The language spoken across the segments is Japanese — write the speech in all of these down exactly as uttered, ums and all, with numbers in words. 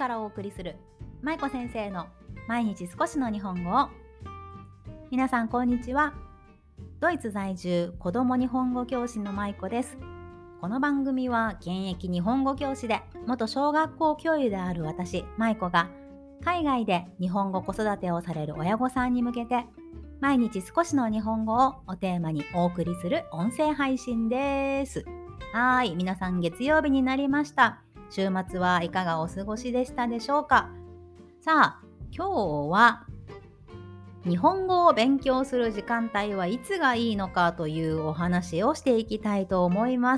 からお送りする舞子先生の毎日少しの日本語を。皆さんこんにちは。ドイツ在住子ども日本語教師の舞子です。この番組は現役日本語教師で元小学校教諭である私舞子が海外で日本語子育てをされる親御さんに向けて毎日少しの日本語をおテーマにお送りする音声配信です。はい、皆さん月曜日になりました。週末はいかがお過ごしでしたでしょうか。さあ、今日は日本語を勉強する時間帯はいつがいいのかというお話をしていきたいと思います。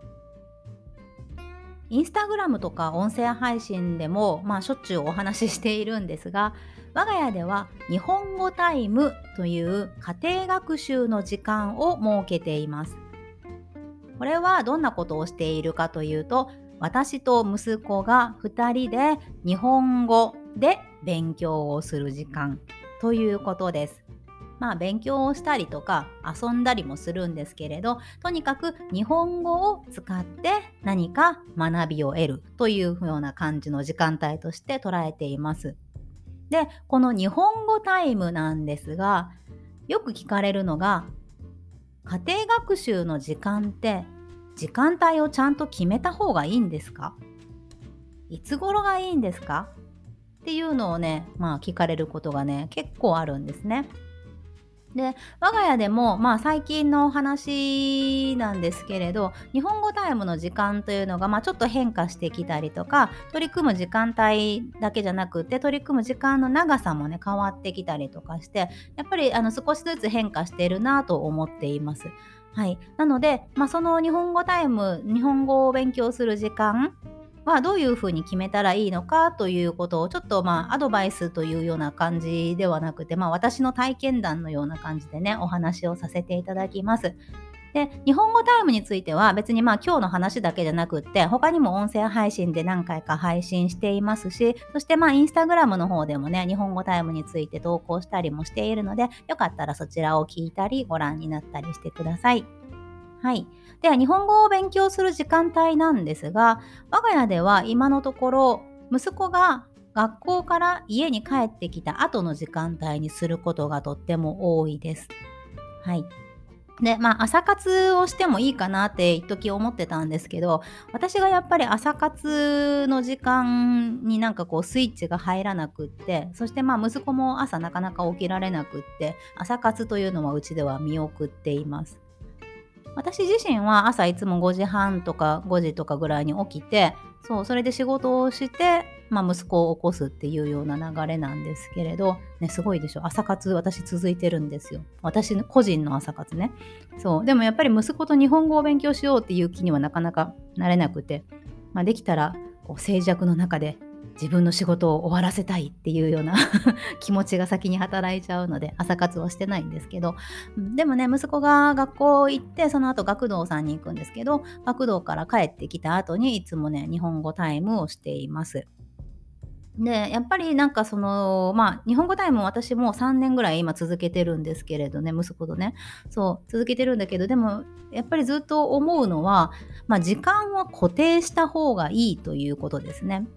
インスタグラムとか音声配信でも、まあ、しょっちゅうお話ししているんですが、我が家では日本語タイムという家庭学習の時間を設けています。これはどんなことをしているかというと、私と息子がふたりで日本語で勉強をする時間ということです。まあ勉強をしたりとか遊んだりもするんですけれど、とにかく日本語を使って何か学びを得るというような感じの時間帯として捉えています。で、この日本語タイムなんですが、よく聞かれるのが、家庭学習の時間って時間帯をちゃんと決めた方がいいんですか？いつ頃がいいんですか？っていうのをね、まあ聞かれることがね、結構あるんですね。で、我が家でも、まあ最近のお話なんですけれど、日本語タイムの時間というのが、まあちょっと変化してきたりとか、取り組む時間帯だけじゃなくて、取り組む時間の長さもね、変わってきたりとかして、やっぱりあの少しずつ変化しているなと思っています。はい。なので、まあその日本語タイム、日本語を勉強する時間はどういうふうに決めたらいいのかということをちょっとまあアドバイスというような感じではなくて、まあ私の体験談のような感じでね、お話をさせていただきます。で、日本語タイムについては別にまあ今日の話だけじゃなくって、他にも音声配信で何回か配信していますし、そしてまあインスタグラムの方でもね、日本語タイムについて投稿したりもしているので、よかったらそちらを聞いたりご覧になったりしてください。はい。では日本語を勉強する時間帯なんですが、我が家では今のところ息子が学校から家に帰ってきた後の時間帯にすることがとっても多いです。はい。で、まあ朝活をしてもいいかなって一時思ってたんですけど、私がやっぱり朝活の時間になんかこうスイッチが入らなくって、そしてまあ息子も朝なかなか起きられなくって、朝活というのはうちでは見送っています。私自身は朝いつもごじはんとかごじとかぐらいに起きて、そう、それで仕事をして、まあ、息子を起こすっていうような流れなんですけれど、ね、すごいでしょ。朝活私続いてるんですよ。私の個人の朝活ね。そう、でもやっぱり息子と日本語を勉強しようっていう気にはなかなかなれなくて、まあ、できたらこう静寂の中で自分の仕事を終わらせたいっていうような気持ちが先に働いちゃうので朝活はしてないんですけど、でもね、息子が学校行ってその後学童さんに行くんですけど、学童から帰ってきた後にいつもね日本語タイムをしています。で、やっぱりなんかその、まあ、日本語タイムを私もさんねんぐらい今続けてるんですけれどね、息子とね。そう、続けてるんだけど、でもやっぱりずっと思うのは、まあ、時間は固定した方がいいということですね。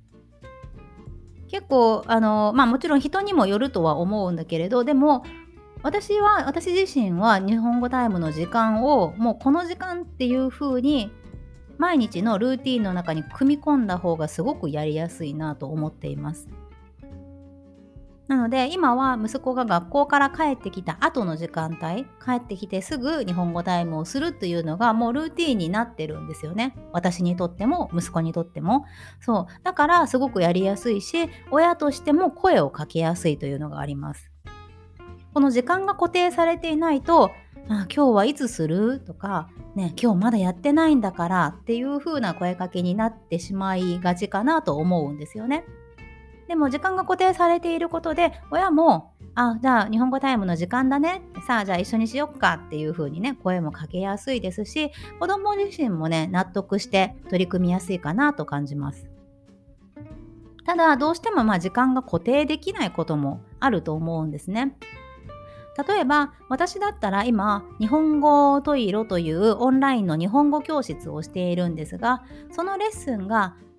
結構あの、まあ、もちろん人にもよるとは思うんだけれど、でも私は私自身は日本語タイムの時間をもうこの時間っていう風に毎日のルーティンの中に組み込んだ方がすごくやりやすいなと思っています。なので今は息子が学校から帰ってきた後の時間帯、帰ってきてすぐ日本語タイムをするっていうのがもうルーティンになってるんですよね。私にとっても息子にとっても。そう。だからすごくやりやすいし、親としても声をかけやすいというのがあります。この時間が固定されていないと、あ、今日はいつするとか、ね、今日まだやってないんだからっていう風な声かけになってしまいがちかなと思うんですよね。でも時間が固定されていることで、親も、あ、じゃあ日本語タイムの時間だね。さあ、じゃあ一緒にしよっかっていう風にね、声もかけやすいですし、子供自身もね、納得して取り組みやすいかなと感じます。ただ、どうしてもまあ時間が固定できないこともあると思うんですね。例えば私だったら今日本語トイロというオンラインの日本語教室をしているんですが、そのレッスンが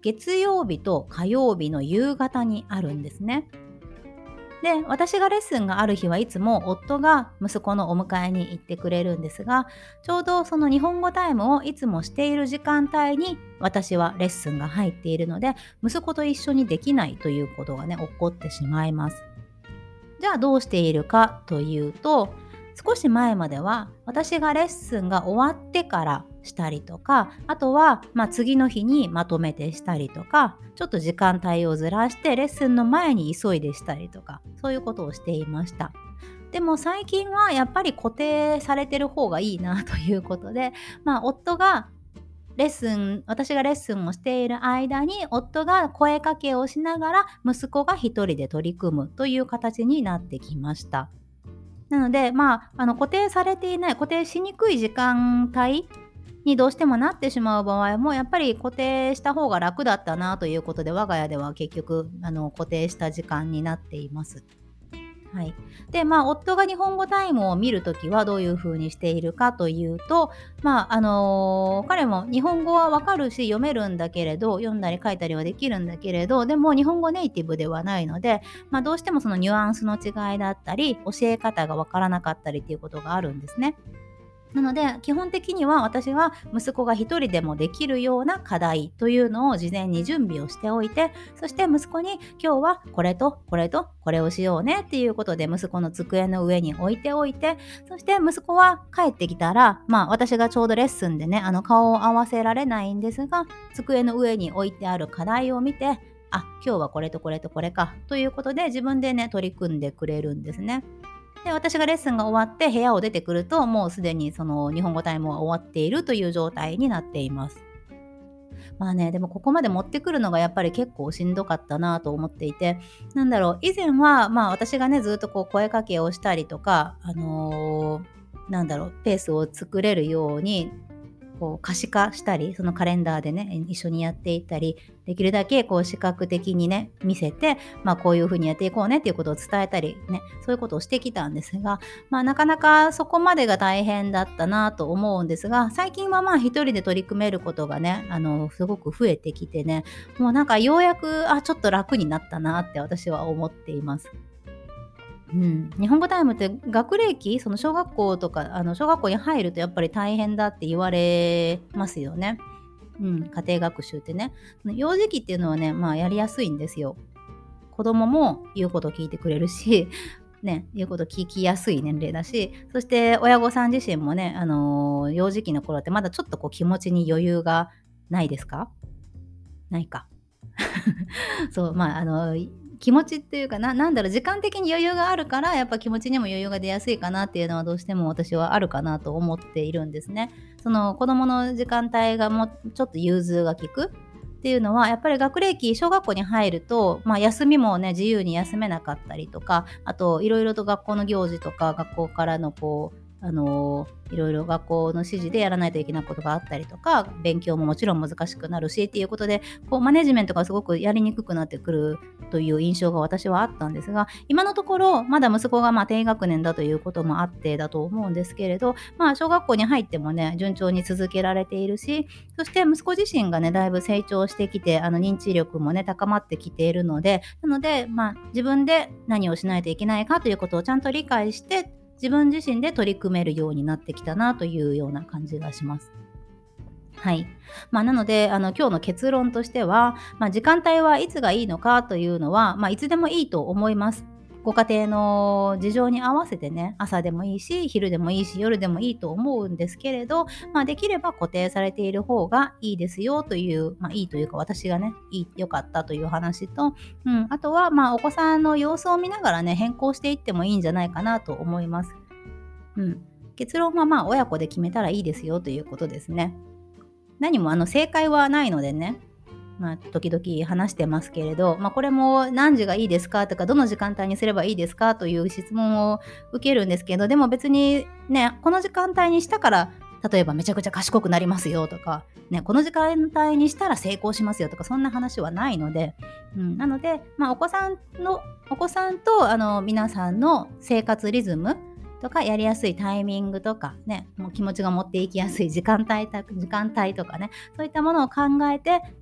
月曜日と火曜日の夕方にあるんですね。で、私がレッスンがある日はいつも夫が息子のお迎えに行ってくれるんですが、ちょうどその日本語タイムをいつもしている時間帯に私はレッスンが入っているので、息子と一緒にできないということがね、起こってしまいます。じゃあどうしているかというと、少し前までは私がレッスンが終わってからしたりとか、あとはまあ次の日にまとめてしたりとか、ちょっと時間帯をずらしてレッスンの前に急いでしたりとか、そういうことをしていました。でも最近はやっぱり固定されてる方がいいなということで、まあ夫がレッスン、私がレッスンをしている間に夫が声かけをしながら息子が一人で取り組むという形になってきました。なので、まあ、あの固定されていない、固定しにくい時間帯にどうしてもなってしまう場合も、やっぱり固定した方が楽だったなということで、我が家では結局あの固定した時間になっています。はい。で、まあ、夫が日本語タイムを見るときはどういう風にしているかというと、まあ、あのー彼も日本語はわかるし読めるんだけれど、読んだり書いたりはできるんだけれど、でも日本語ネイティブではないので、まあ、どうしてもそのニュアンスの違いだったり、教え方がわからなかったりっていうことがあるんですね。なので基本的には私は息子が一人でもできるような課題というのを事前に準備をしておいて、そして息子に今日はこれとこれとこれをしようねっていうことで息子の机の上に置いておいて、そして息子は帰ってきたら、まあ私がちょうどレッスンでね、あの顔を合わせられないんですが、机の上に置いてある課題を見て、あ、今日はこれとこれとこれかということで自分でね取り組んでくれるんですね。で、私がレッスンが終わって部屋を出てくると、もうすでにその日本語タイムは終わっているという状態になっています。まあね、でもここまで持ってくるのがやっぱり結構しんどかったなと思っていて、なんだろう、以前はまあ私がねずっとこう声かけをしたりとか、あのーなんだろう、ペースを作れるようにこう可視化したり、そのカレンダーでね一緒にやっていったり、できるだけこう視覚的にね見せて、まあこういう風にやっていこうねっていうことを伝えたりね、そういうことをしてきたんですが、まあなかなかそこまでが大変だったなと思うんですが、最近はまあ一人で取り組めることがね、あのすごく増えてきてね、もうなんかようやくあちょっと楽になったなって私は思っています。うん、日本語タイムって学齢期、その小学校とかあの小学校に入るとやっぱり大変だって言われますよね。うん、家庭学習ってね。幼児期っていうのはね、まあやりやすいんですよ。子供も言うこと聞いてくれるし、ね、言うこと聞きやすい年齢だし、そして親御さん自身もね、あのー幼児期の頃ってまだちょっとこう気持ちに余裕がないですか？ないか。そう、まあ、あの、気持ちっていうかな、なんだろう、時間的に余裕があるから、やっぱ気持ちにも余裕が出やすいかなっていうのはどうしても私はあるかなと思っているんですね。その子供の時間帯がもうちょっと融通が利くっていうのは、やっぱり学齢期、小学校に入ると、まあ休みもね、自由に休めなかったりとか、あといろいろと学校の行事とか、学校からのこう、あのいろいろ学校の指示でやらないといけないことがあったりとか、勉強ももちろん難しくなるしっていうことで、こうマネジメントがすごくやりにくくなってくるという印象が私はあったんですが、今のところまだ息子がまあ低学年だということもあってだと思うんですけれど、まあ小学校に入ってもね順調に続けられているし、そして息子自身がねだいぶ成長してきて、あの認知力もね高まってきているので、なのでまあ自分で何をしないといけないかということをちゃんと理解して自分自身で取り組めるようになってきたなというような感じがします。はい。まあ、なので、あの、今日の結論としては、まあ、時間帯はいつがいいのかというのは、まあ、いつでもいいと思います。ご家庭の事情に合わせてね、朝でもいいし、昼でもいいし、夜でもいいと思うんですけれど、まあ、できれば固定されている方がいいですよという、まあ、いいというか、私がね、いい、良かったという話と、うん、あとは、まあ、お子さんの様子を見ながらね、変更していってもいいんじゃないかなと思います。うん。結論は、まあ、親子で決めたらいいですよということですね。何もあの正解はないのでね、まあ、時々話してますけれど、まあ、これも何時がいいですかとか、どの時間帯にすればいいですかという質問を受けるんですけど、でも別にね、この時間帯にしたから、例えばめちゃくちゃ賢くなりますよとか、ね、この時間帯にしたら成功しますよとか、そんな話はないので、うん、なので、まあ、お子さんの、お子さんとあの皆さんの生活リズム、とかやりやすいタイミングとかね、もう気持ちが持っていきやすい時間帯た時間帯とかね、そういったものを考えて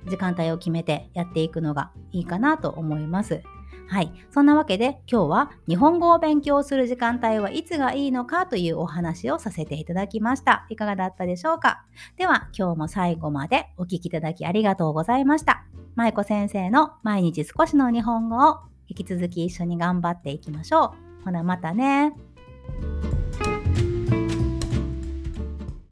時間帯を決めてやっていくのがいいかなと思います。はい。そんなわけで今日は日本語を勉強する時間帯はいつがいいのかというお話をさせていただきました。いかがだったでしょうか？では今日も最後までお聞きいただきありがとうございました。まいこ先生の毎日少しの日本語を引き続き一緒に頑張っていきましょう。ほなまたね。